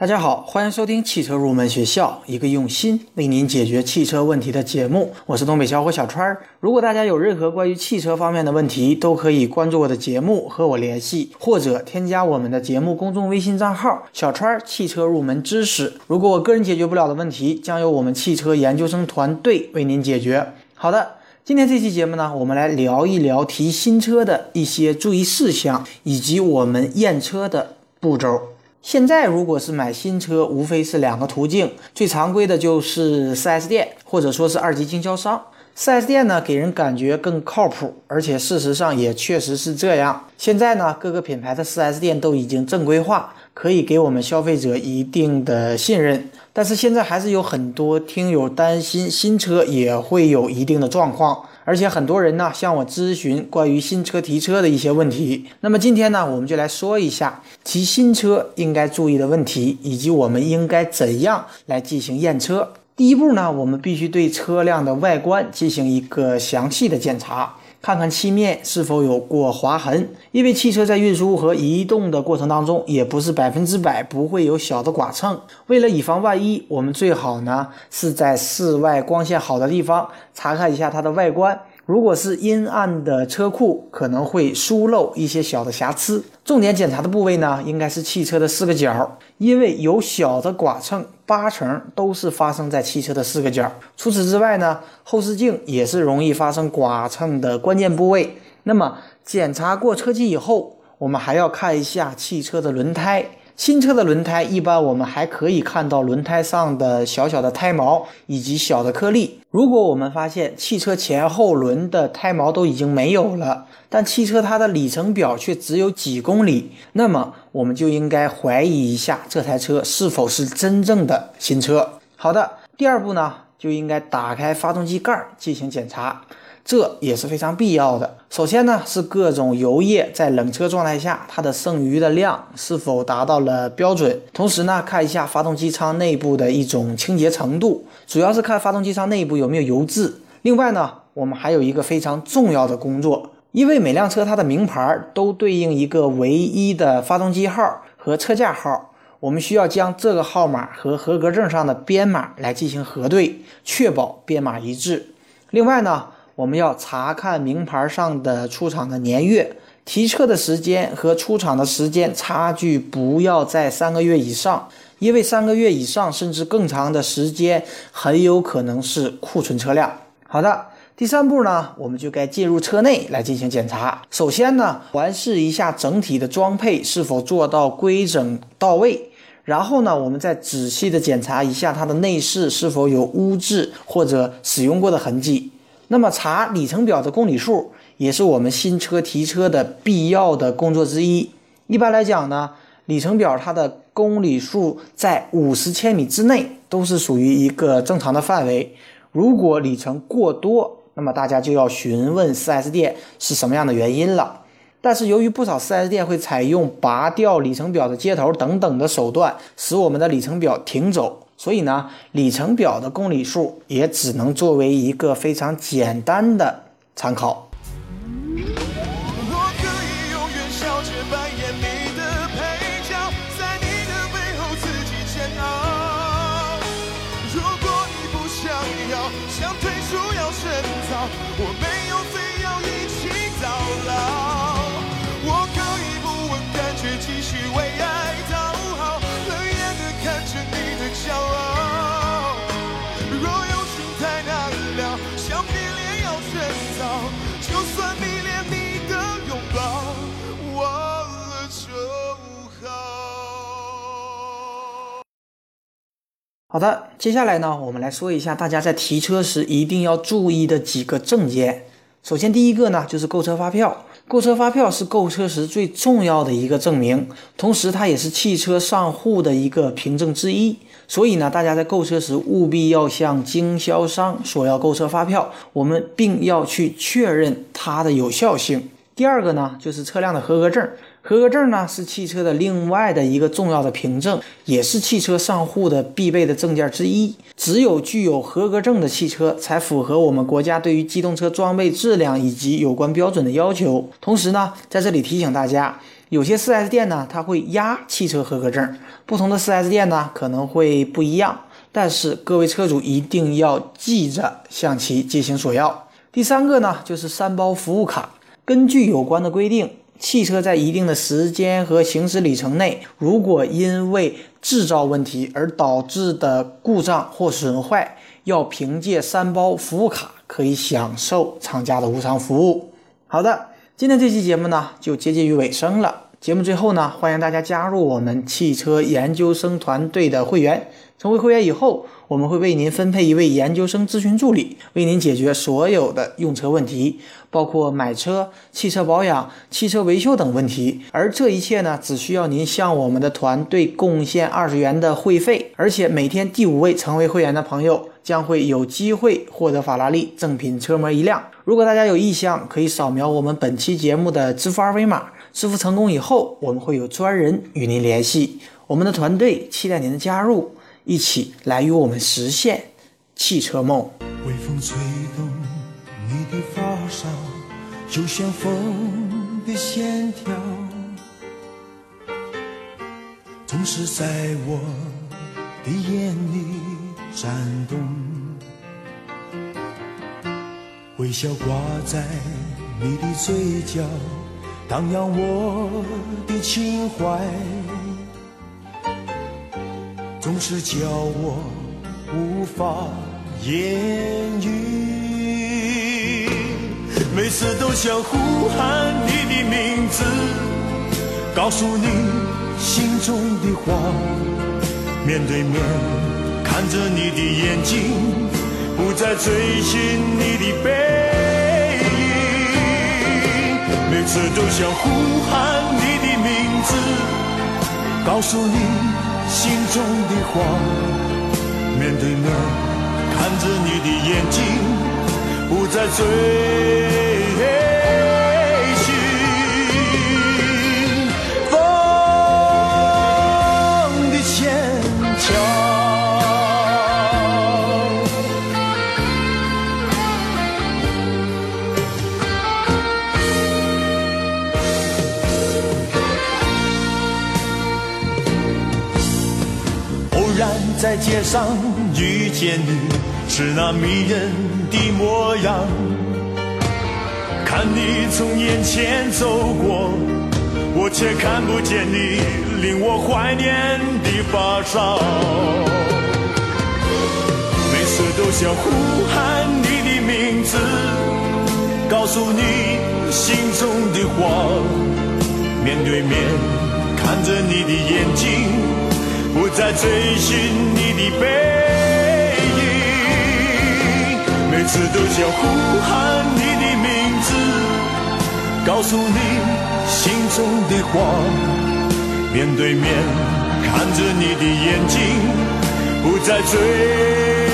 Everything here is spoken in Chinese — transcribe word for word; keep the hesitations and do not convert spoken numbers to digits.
大家好，欢迎收听汽车入门学校，一个用心为您解决汽车问题的节目。我是东北小伙小川。如果大家有任何关于汽车方面的问题，都可以关注我的节目和我联系，或者添加我们的节目公众微信账号小川汽车入门知识。如果我个人解决不了的问题，将由我们汽车研究生团队为您解决。好的，今天这期节目呢，我们来聊一聊提新车的一些注意事项，以及我们验车的步骤。现在如果是买新车，无非是两个途径，最常规的就是 四 S 店或者说是二级经销商。四 S 店呢给人感觉更靠谱，而且事实上也确实是这样。现在呢各个品牌的 四 S 店都已经正规化，可以给我们消费者一定的信任。但是现在还是有很多听友担心新车也会有一定的状况，而且很多人呢向我咨询关于新车提车的一些问题。那么今天呢我们就来说一下提新车应该注意的问题，以及我们应该怎样来进行验车。第一步呢，我们必须对车辆的外观进行一个详细的检查，看看漆面是否有过划痕，因为汽车在运输和移动的过程当中，也不是百分之百不会有小的剐蹭。为了以防万一，我们最好呢是在室外光线好的地方查看一下它的外观。如果是阴暗的车库，可能会疏漏一些小的瑕疵。重点检查的部位呢，应该是汽车的四个角，因为有小的剐蹭，八成都是发生在汽车的四个角。除此之外呢，后视镜也是容易发生剐蹭的关键部位。那么检查过车漆以后，我们还要看一下汽车的轮胎。新车的轮胎一般我们还可以看到轮胎上的小小的胎毛以及小的颗粒。如果我们发现汽车前后轮的胎毛都已经没有了，但汽车它的里程表却只有几公里，那么我们就应该怀疑一下这台车是否是真正的新车。好的，第二步呢，就应该打开发动机盖进行检查，这也是非常必要的。首先呢，是各种油液在冷车状态下它的剩余的量是否达到了标准，同时呢看一下发动机舱内部的一种清洁程度，主要是看发动机舱内部有没有油渍。另外呢，我们还有一个非常重要的工作，因为每辆车它的名牌都对应一个唯一的发动机号和车架号，我们需要将这个号码和合格证上的编码来进行核对，确保编码一致。另外呢，我们要查看名牌上的出厂的年月，提车的时间和出厂的时间差距不要在三个月以上，因为三个月以上甚至更长的时间很有可能是库存车辆。好的，第三步呢，我们就该进入车内来进行检查。首先呢，环视一下整体的装配是否做到规整到位，然后呢，我们再仔细的检查一下它的内饰是否有污渍或者使用过的痕迹。那么查里程表的公里数也是我们新车提车的必要的工作之一。一般来讲呢，里程表它的公里数在五十千米之内都是属于一个正常的范围。如果里程过多，那么大家就要询问 四 S 店是什么样的原因了。但是由于不少 四 S 店会采用拔掉里程表的接头等等的手段，使我们的里程表停走，所以呢，里程表的公里数也只能作为一个非常简单的参考。 我可以永远笑着扮演你的配角，在你的背后自己煎熬。如果你不想要，想退出要趁早，我没有非要一起到老。我可以不问感觉，继续为爱讨好，冷眼的看着你的骄傲。若有情太难了，想别恋要趁早，就算迷恋你的拥抱，忘了就好。 好的，接下来呢，我们来说一下大家在提车时一定要注意的几个证件。首先第一个呢，就是购车发票。购车发票是购车时最重要的一个证明，同时它也是汽车上户的一个凭证之一。所以呢，大家在购车时务必要向经销商索要购车发票，我们并要去确认它的有效性。第二个呢，就是车辆的合格证。合格证呢是汽车的另外的一个重要的凭证，也是汽车上户的必备的证件之一。只有具有合格证的汽车才符合我们国家对于机动车装备质量以及有关标准的要求。同时呢，在这里提醒大家， 有些 四 S 店呢，它会压汽车合格证，不同的 四 S 店呢可能会不一样，但是各位车主一定要记着向其进行索要。第三个呢，就是三包服务卡。根据有关的规定，汽车在一定的时间和行驶里程内，如果因为制造问题而导致的故障或损坏，要凭借三包服务卡可以享受厂家的无偿服务。好的，今天这期节目呢就接近于尾声了。节目最后呢，欢迎大家加入我们汽车研究生团队的会员。成为会员以后，我们会为您分配一位研究生咨询助理，为您解决所有的用车问题，包括买车、汽车保养、汽车维修等问题。而这一切呢，只需要您向我们的团队贡献二十元的会费，而且每天第五位成为会员的朋友将会有机会获得法拉利正品车模一辆。如果大家有意向，可以扫描我们本期节目的支付二维码，支付成功以后，我们会有专人与您联系。我们的团队期待您的加入，一起来与我们实现汽车梦。 微风吹动你的发梢，就像风的线条，总是在我的眼里闪动，微笑挂在你的嘴角，荡漾我的情怀，总是叫我无法言语，每次都想呼喊你的名字，告诉你心中的话，面对面看着你的眼睛，不再追寻你的背影，每次都想呼喊你的名字，告诉你心中的话，面对面看着你的眼睛，不再追寻风的牵强。在街上遇见你，是那迷人的模样，看你从眼前走过，我却看不见你令我怀念的发梢，每次都想呼喊你的名字，告诉你心中的话，面对面看着你的眼睛，不再追寻你的背影，每次都想呼喊你的名字，告诉你心中的话，面对面看着你的眼睛，不再追